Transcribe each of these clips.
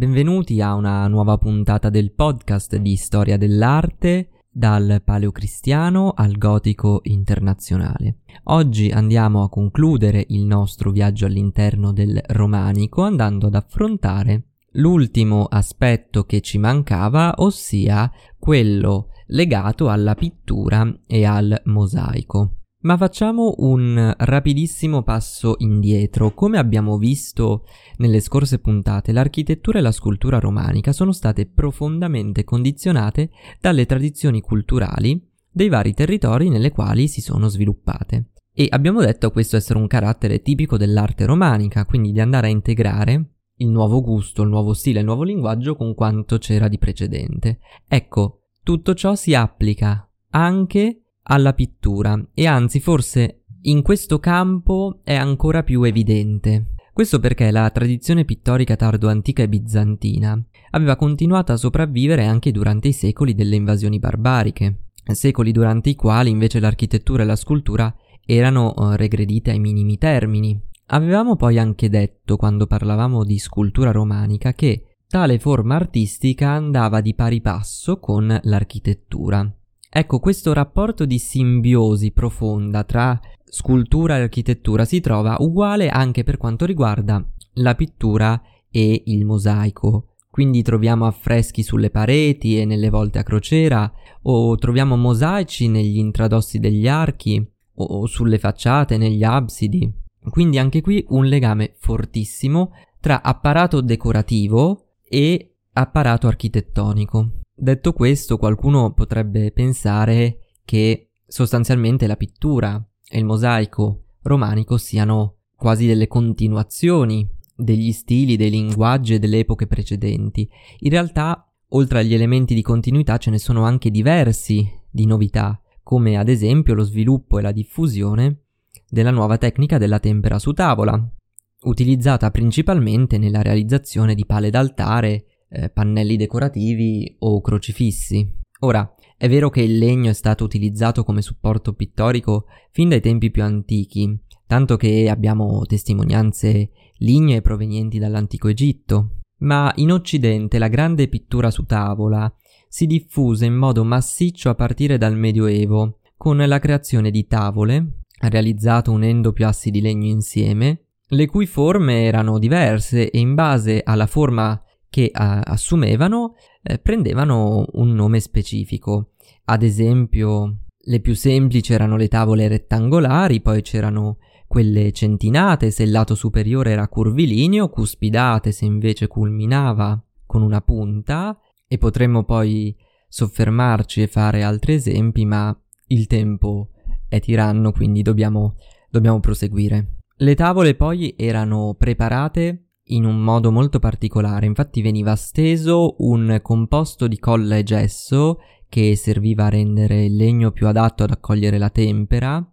Benvenuti a una nuova puntata del podcast di storia dell'arte, dal paleocristiano al gotico internazionale. Oggi andiamo a concludere il nostro viaggio all'interno del romanico andando ad affrontare l'ultimo aspetto che ci mancava, ossia quello legato alla pittura e al mosaico. Ma facciamo un rapidissimo passo indietro. Come abbiamo visto nelle scorse puntate, l'architettura e la scultura romanica sono state profondamente condizionate dalle tradizioni culturali dei vari territori nelle quali si sono sviluppate. E abbiamo detto questo essere un carattere tipico dell'arte romanica, quindi di andare a integrare il nuovo gusto, il nuovo stile, il nuovo linguaggio con quanto c'era di precedente. Ecco, tutto ciò si applica anche alla pittura e anzi forse in questo campo è ancora più evidente. Questo perché la tradizione pittorica tardo-antica e bizantina aveva continuato a sopravvivere anche durante i secoli delle invasioni barbariche, secoli durante i quali invece l'architettura e la scultura erano regredite ai minimi termini. Avevamo poi anche detto, quando parlavamo di scultura romanica, che tale forma artistica andava di pari passo con l'architettura. Ecco, questo rapporto di simbiosi profonda tra scultura e architettura si trova uguale anche per quanto riguarda la pittura e il mosaico. Quindi troviamo affreschi sulle pareti e nelle volte a crociera, o troviamo mosaici negli intradossi degli archi, o sulle facciate, negli absidi. Quindi anche qui un legame fortissimo tra apparato decorativo e apparato architettonico. Detto questo, qualcuno potrebbe pensare che sostanzialmente la pittura e il mosaico romanico siano quasi delle continuazioni degli stili, dei linguaggi e delle epoche precedenti. In realtà, oltre agli elementi di continuità, ce ne sono anche diversi di novità, come ad esempio lo sviluppo e la diffusione della nuova tecnica della tempera su tavola, utilizzata principalmente nella realizzazione di pale d'altare, pannelli decorativi o crocifissi. Ora, è vero che il legno è stato utilizzato come supporto pittorico fin dai tempi più antichi, tanto che abbiamo testimonianze lignee provenienti dall'antico Egitto, ma in Occidente la grande pittura su tavola si diffuse in modo massiccio a partire dal Medioevo, con la creazione di tavole, realizzato unendo più assi di legno insieme, le cui forme erano diverse e in base alla forma che assumevano prendevano un nome specifico. Ad esempio, le più semplici erano le tavole rettangolari, poi c'erano quelle centinate se il lato superiore era curvilineo, cuspidate se invece culminava con una punta, e potremmo poi soffermarci e fare altri esempi, ma il tempo è tiranno, quindi dobbiamo proseguire. Le tavole poi erano preparate in un modo molto particolare, infatti veniva steso un composto di colla e gesso che serviva a rendere il legno più adatto ad accogliere la tempera,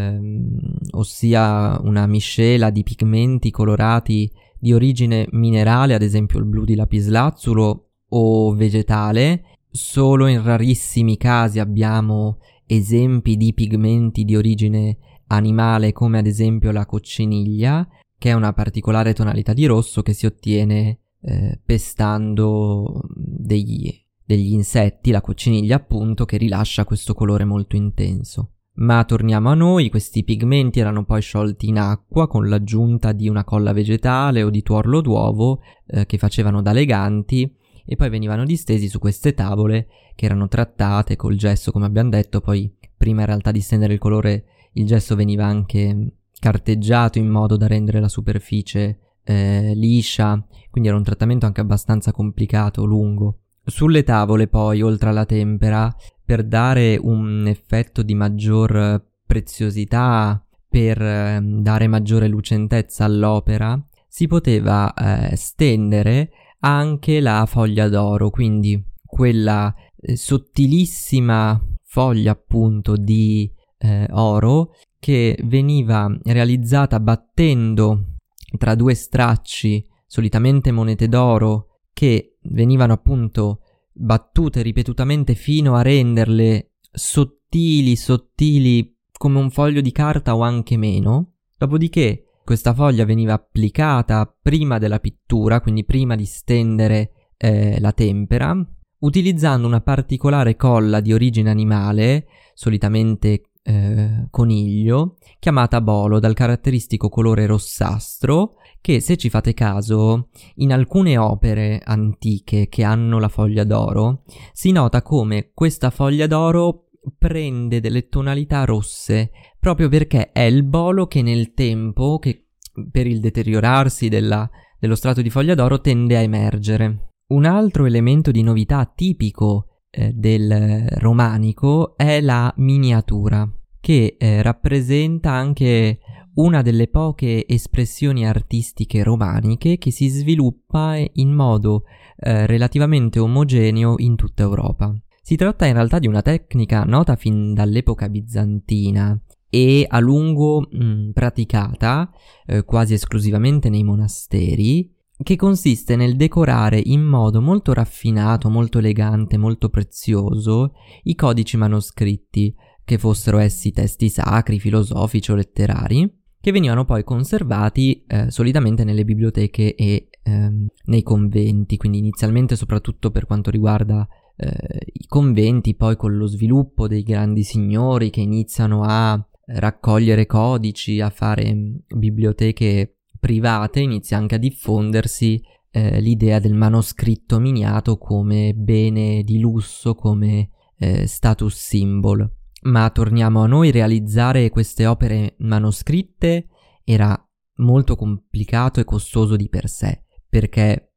ossia una miscela di pigmenti colorati di origine minerale, ad esempio il blu di lapislazzulo, o vegetale. Solo in rarissimi casi abbiamo esempi di pigmenti di origine animale, come ad esempio la cocciniglia, che è una particolare tonalità di rosso che si ottiene pestando degli insetti, la cocciniglia appunto, che rilascia questo colore molto intenso. Ma torniamo a noi, questi pigmenti erano poi sciolti in acqua con l'aggiunta di una colla vegetale o di tuorlo d'uovo che facevano da leganti, e poi venivano distesi su queste tavole che erano trattate col gesso, come abbiamo detto. Poi prima in realtà di stendere il colore il gesso veniva anche carteggiato in modo da rendere la superficie liscia, quindi era un trattamento anche abbastanza complicato, lungo. Sulle tavole poi, oltre alla tempera, per dare un effetto di maggior preziosità, per dare maggiore lucentezza all'opera, si poteva stendere anche la foglia d'oro, quindi quella sottilissima foglia appunto di oro che veniva realizzata battendo tra due stracci, solitamente monete d'oro, che venivano appunto battute ripetutamente fino a renderle sottili come un foglio di carta o anche meno. Dopodiché Questa foglia veniva applicata prima della pittura, quindi prima di stendere la tempera, utilizzando una particolare colla di origine animale, solitamente coniglio, chiamata bolo, dal caratteristico colore rossastro, che, se ci fate caso, in alcune opere antiche che hanno la foglia d'oro, si nota come questa foglia d'oro prende delle tonalità rosse, proprio perché è il bolo che nel tempo, che per il deteriorarsi dello strato di foglia d'oro, tende a emergere. Un altro elemento di novità tipico del romanico è la miniatura, che rappresenta anche una delle poche espressioni artistiche romaniche che si sviluppa in modo relativamente omogeneo in tutta Europa. Si tratta in realtà di una tecnica nota fin dall'epoca bizantina e a lungo praticata quasi esclusivamente nei monasteri, che consiste nel decorare in modo molto raffinato, molto elegante, molto prezioso i codici manoscritti, che fossero essi testi sacri, filosofici o letterari, che venivano poi conservati solitamente nelle biblioteche e nei conventi, quindi inizialmente soprattutto per quanto riguarda i conventi, poi con lo sviluppo dei grandi signori che iniziano a raccogliere codici, a fare biblioteche private, inizia anche a diffondersi l'idea del manoscritto miniato come bene di lusso, come status symbol. Ma torniamo a noi, realizzare queste opere manoscritte era molto complicato e costoso di per sé, perché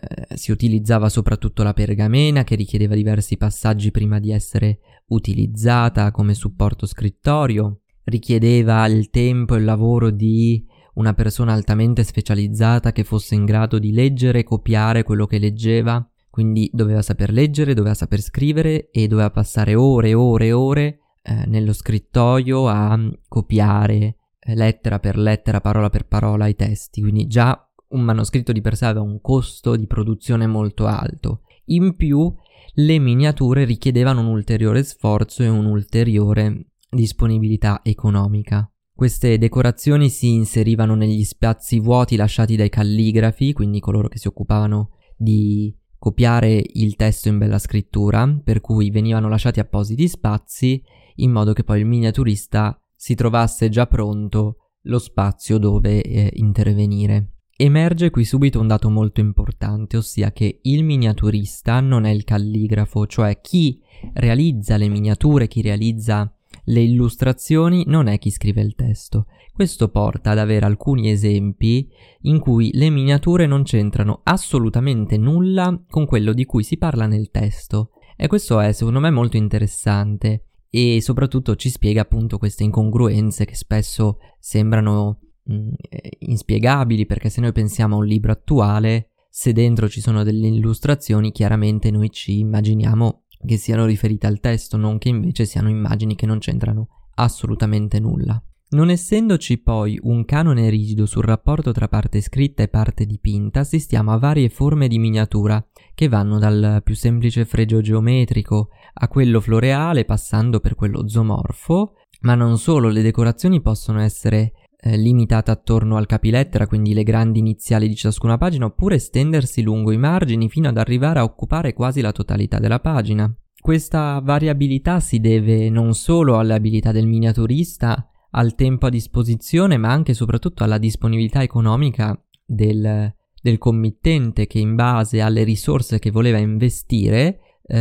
si utilizzava soprattutto la pergamena, che richiedeva diversi passaggi prima di essere utilizzata come supporto scrittorio, richiedeva il tempo e il lavoro di una persona altamente specializzata che fosse in grado di leggere e copiare quello che leggeva, quindi doveva saper leggere, doveva saper scrivere e doveva passare ore e ore e ore nello scrittoio a copiare lettera per lettera, parola per parola i testi, quindi già un manoscritto di per sé aveva un costo di produzione molto alto. In più le miniature richiedevano un ulteriore sforzo e un'ulteriore disponibilità economica. Queste decorazioni si inserivano negli spazi vuoti lasciati dai calligrafi, quindi coloro che si occupavano di copiare il testo in bella scrittura, per cui venivano lasciati appositi spazi in modo che poi il miniaturista si trovasse già pronto lo spazio dove intervenire. Emerge qui subito un dato molto importante, ossia che il miniaturista non è il calligrafo, cioè chi realizza le miniature, chi realizza le illustrazioni non è chi scrive il testo. Questo porta ad avere alcuni esempi in cui le miniature non c'entrano assolutamente nulla con quello di cui si parla nel testo, e questo è secondo me molto interessante e soprattutto ci spiega appunto queste incongruenze che spesso sembrano inspiegabili, perché se noi pensiamo a un libro attuale, se dentro ci sono delle illustrazioni, chiaramente noi ci immaginiamo che siano riferite al testo, non che invece siano immagini che non c'entrano assolutamente nulla. Non essendoci poi un canone rigido sul rapporto tra parte scritta e parte dipinta, assistiamo a varie forme di miniatura che vanno dal più semplice fregio geometrico a quello floreale, passando per quello zoomorfo, ma non solo. Le decorazioni possono essere limitate attorno al capilettera, quindi le grandi iniziali di ciascuna pagina, oppure estendersi lungo i margini fino ad arrivare a occupare quasi la totalità della pagina. Questa variabilità si deve non solo alle abilità del miniaturista, al tempo a disposizione, ma anche e soprattutto alla disponibilità economica del committente, che in base alle risorse che voleva investire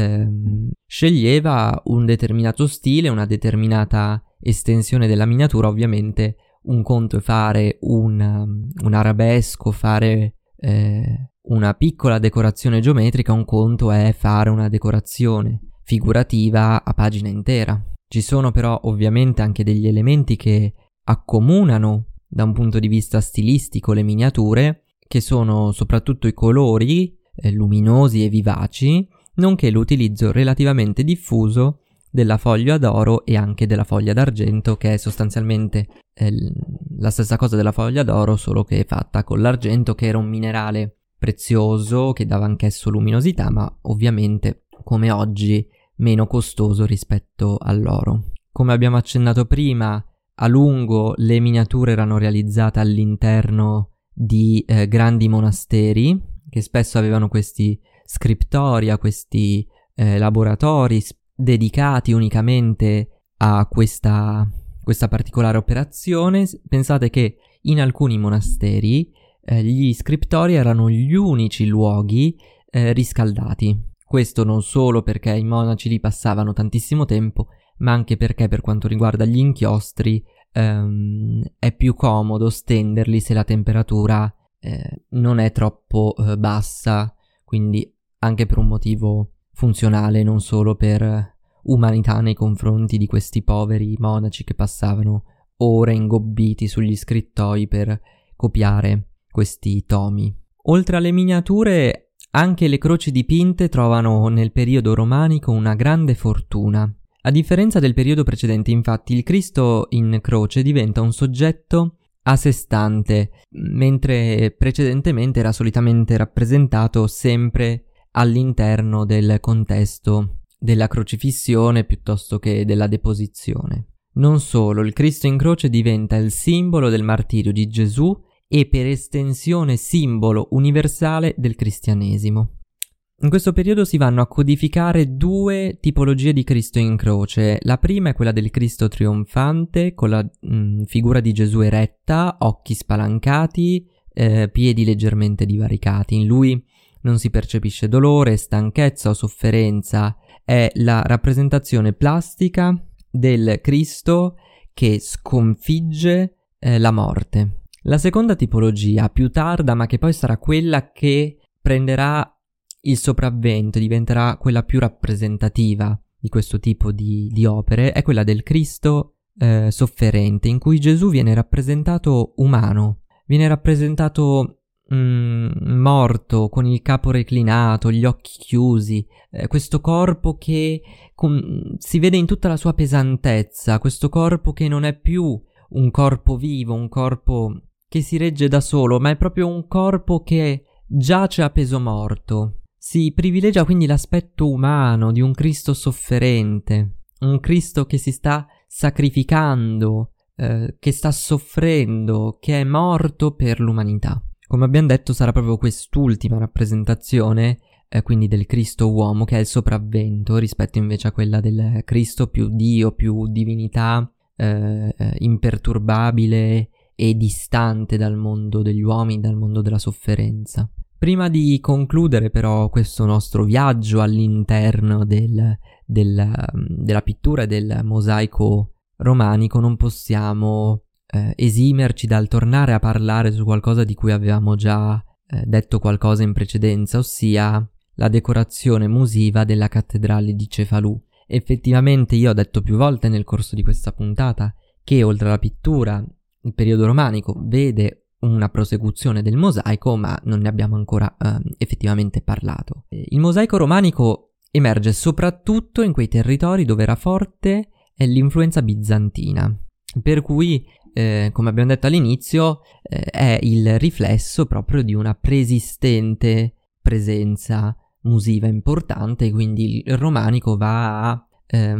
sceglieva un determinato stile, una determinata estensione della miniatura. Ovviamente un conto è fare un arabesco, fare una piccola decorazione geometrica, un conto è fare una decorazione figurativa a pagina intera. Ci sono però ovviamente anche degli elementi che accomunano da un punto di vista stilistico le miniature, che sono soprattutto i colori luminosi e vivaci, nonché l'utilizzo relativamente diffuso della foglia d'oro e anche della foglia d'argento, che è sostanzialmente la stessa cosa della foglia d'oro, solo che è fatta con l'argento, che era un minerale prezioso che dava anch'esso luminosità, ma ovviamente come oggi meno costoso rispetto all'oro. Come abbiamo accennato prima, a lungo le miniature erano realizzate all'interno di grandi monasteri, che spesso avevano questi scriptoria, questi laboratori dedicati unicamente a questa particolare operazione. Pensate che in alcuni monasteri gli scriptori erano gli unici luoghi riscaldati. Questo non solo perché i monaci lì passavano tantissimo tempo, ma anche perché per quanto riguarda gli inchiostri è più comodo stenderli se la temperatura non è troppo bassa, quindi anche per un motivo funzionale, non solo per umanità nei confronti di questi poveri monaci che passavano ore ingobbiti sugli scrittoi per copiare questi tomi. Oltre alle miniature, anche le croci dipinte trovano nel periodo romanico una grande fortuna. A differenza del periodo precedente, infatti, il Cristo in croce diventa un soggetto a sé stante, mentre precedentemente era solitamente rappresentato sempre all'interno del contesto della crocifissione piuttosto che della deposizione. Non solo, il Cristo in croce diventa il simbolo del martirio di Gesù e per estensione simbolo universale del cristianesimo. In questo periodo si vanno a codificare due tipologie di Cristo in croce. La prima è quella del Cristo trionfante, con la figura di Gesù eretta, occhi spalancati, piedi leggermente divaricati. In lui non si percepisce dolore, stanchezza o sofferenza. È la rappresentazione plastica del Cristo che sconfigge la morte. La seconda tipologia, più tarda, ma che poi sarà quella che prenderà il sopravvento, diventerà quella più rappresentativa di questo tipo di opere, è quella del Cristo sofferente, in cui Gesù viene rappresentato umano, viene rappresentato morto, con il capo reclinato, gli occhi chiusi, questo corpo che si vede in tutta la sua pesantezza, questo corpo che non è più un corpo vivo, un corpo che si regge da solo, ma è proprio un corpo che giace a peso morto. Si privilegia quindi l'aspetto umano di un Cristo sofferente, un Cristo che si sta sacrificando, che sta soffrendo, che è morto per l'umanità. Come abbiamo detto, sarà proprio quest'ultima rappresentazione, quindi del Cristo uomo, che è il sopravvento rispetto invece a quella del Cristo più Dio, più divinità, imperturbabile e distante dal mondo degli uomini, dal mondo della sofferenza. Prima di concludere però questo nostro viaggio all'interno della pittura e del mosaico romanico, non possiamo esimerci dal tornare a parlare su qualcosa di cui avevamo già detto qualcosa in precedenza, ossia la decorazione musiva della cattedrale di Cefalù. Effettivamente io ho detto più volte nel corso di questa puntata che oltre alla pittura il periodo romanico vede una prosecuzione del mosaico, ma non ne abbiamo ancora effettivamente parlato. Il mosaico romanico emerge soprattutto in quei territori dove era forte l'influenza bizantina, per cui come abbiamo detto all'inizio è il riflesso proprio di una preesistente presenza musiva importante, quindi il romanico va a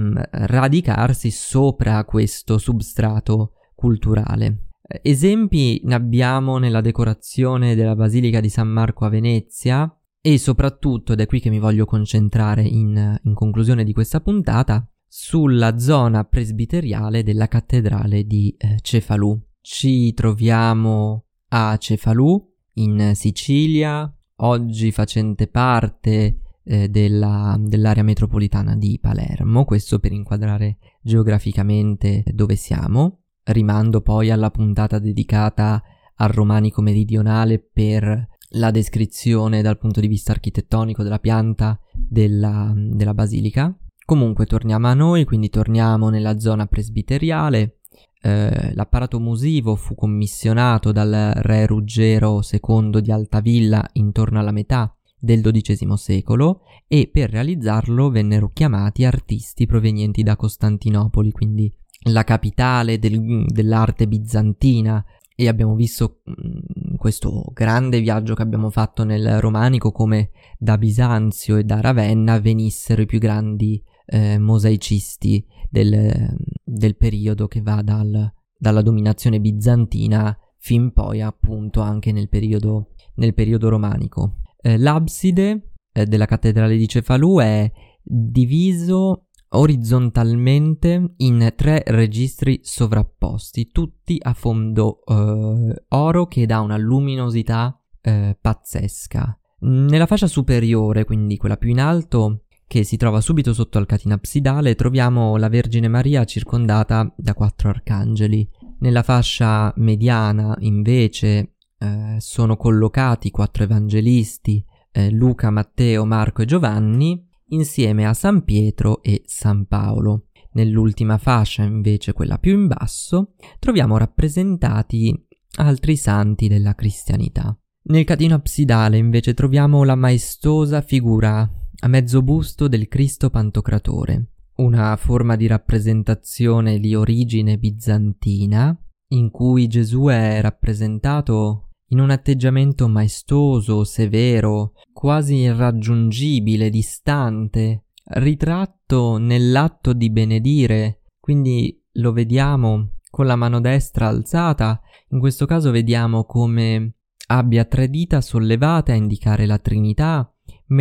radicarsi sopra questo substrato culturale. Esempi ne abbiamo nella decorazione della Basilica di San Marco a Venezia e soprattutto, ed è qui che mi voglio concentrare in conclusione di questa puntata, sulla zona presbiteriale della cattedrale di Cefalù. Ci troviamo a Cefalù, in Sicilia, oggi facente parte dell'area metropolitana di Palermo, questo per inquadrare geograficamente dove siamo. Rimando poi alla puntata dedicata al romanico meridionale per la descrizione dal punto di vista architettonico della pianta della basilica. Comunque torniamo a noi, quindi torniamo nella zona presbiteriale. L'apparato musivo fu commissionato dal re Ruggero II di Altavilla intorno alla metà del XII secolo e per realizzarlo vennero chiamati artisti provenienti da Costantinopoli, quindi la capitale dell'arte bizantina, e abbiamo visto questo grande viaggio che abbiamo fatto nel romanico come da Bisanzio e da Ravenna venissero i più grandi mosaicisti del periodo che va dalla dominazione bizantina fin poi appunto anche nel periodo romanico. L'abside della cattedrale di Cefalù è diviso orizzontalmente in 3 registri sovrapposti, tutti a fondo oro, che dà una luminosità pazzesca. Nella fascia superiore, quindi quella più in alto, che si trova subito sotto al catino absidale, troviamo la Vergine Maria circondata da 4 arcangeli. Nella fascia mediana, invece, sono collocati 4 evangelisti, Luca, Matteo, Marco e Giovanni, insieme a San Pietro e San Paolo. Nell'ultima fascia, invece, quella più in basso, troviamo rappresentati altri santi della cristianità. Nel catino absidale, invece, troviamo la maestosa figura a mezzo busto del Cristo Pantocratore, una forma di rappresentazione di origine bizantina, in cui Gesù è rappresentato in un atteggiamento maestoso, severo, quasi irraggiungibile, distante, ritratto nell'atto di benedire, quindi lo vediamo con la mano destra alzata. In questo caso vediamo come abbia 3 dita sollevate a indicare la Trinità,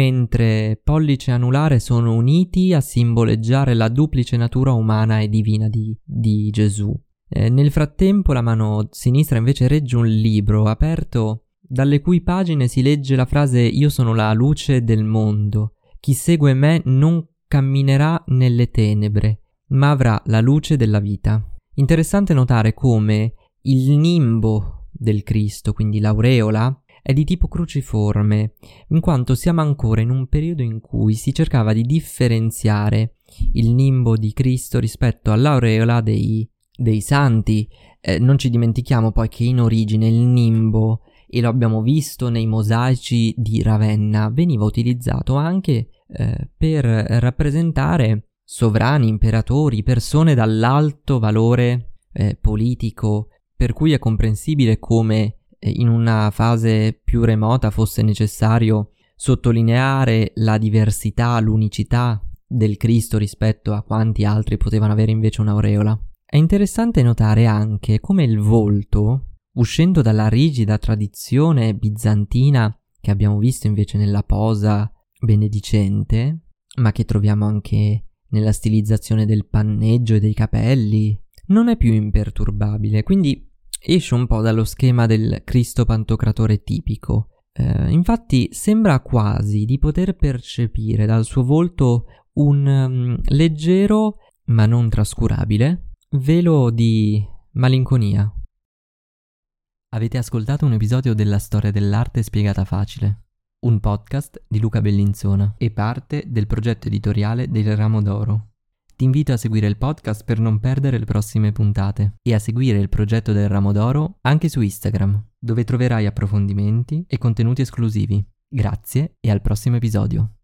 mentre pollice e anulare sono uniti a simboleggiare la duplice natura umana e divina di Gesù. Nel frattempo la mano sinistra invece regge un libro aperto, dalle cui pagine si legge la frase «Io sono la luce del mondo. Chi segue me non camminerà nelle tenebre, ma avrà la luce della vita». Interessante notare come il nimbo del Cristo, quindi l'aureola, è di tipo cruciforme, in quanto siamo ancora in un periodo in cui si cercava di differenziare il nimbo di Cristo rispetto all'aureola dei santi. Non ci dimentichiamo poi che in origine il nimbo, e lo abbiamo visto nei mosaici di Ravenna, veniva utilizzato anche per rappresentare sovrani, imperatori, persone dall'alto valore politico, per cui è comprensibile come in una fase più remota fosse necessario sottolineare la diversità, l'unicità del Cristo rispetto a quanti altri potevano avere invece un'aureola. È interessante notare anche come il volto, uscendo dalla rigida tradizione bizantina che abbiamo visto invece nella posa benedicente, ma che troviamo anche nella stilizzazione del panneggio e dei capelli, non è più imperturbabile, quindi esce un po' dallo schema del Cristo Pantocratore tipico. Infatti sembra quasi di poter percepire dal suo volto un leggero, ma non trascurabile, velo di malinconia. Avete ascoltato un episodio della Storia dell'arte spiegata facile, un podcast di Luca Bellinzona e parte del progetto editoriale del Ramo d'Oro. Ti invito a seguire il podcast per non perdere le prossime puntate e a seguire il progetto del Ramo d'Oro anche su Instagram, dove troverai approfondimenti e contenuti esclusivi. Grazie e al prossimo episodio.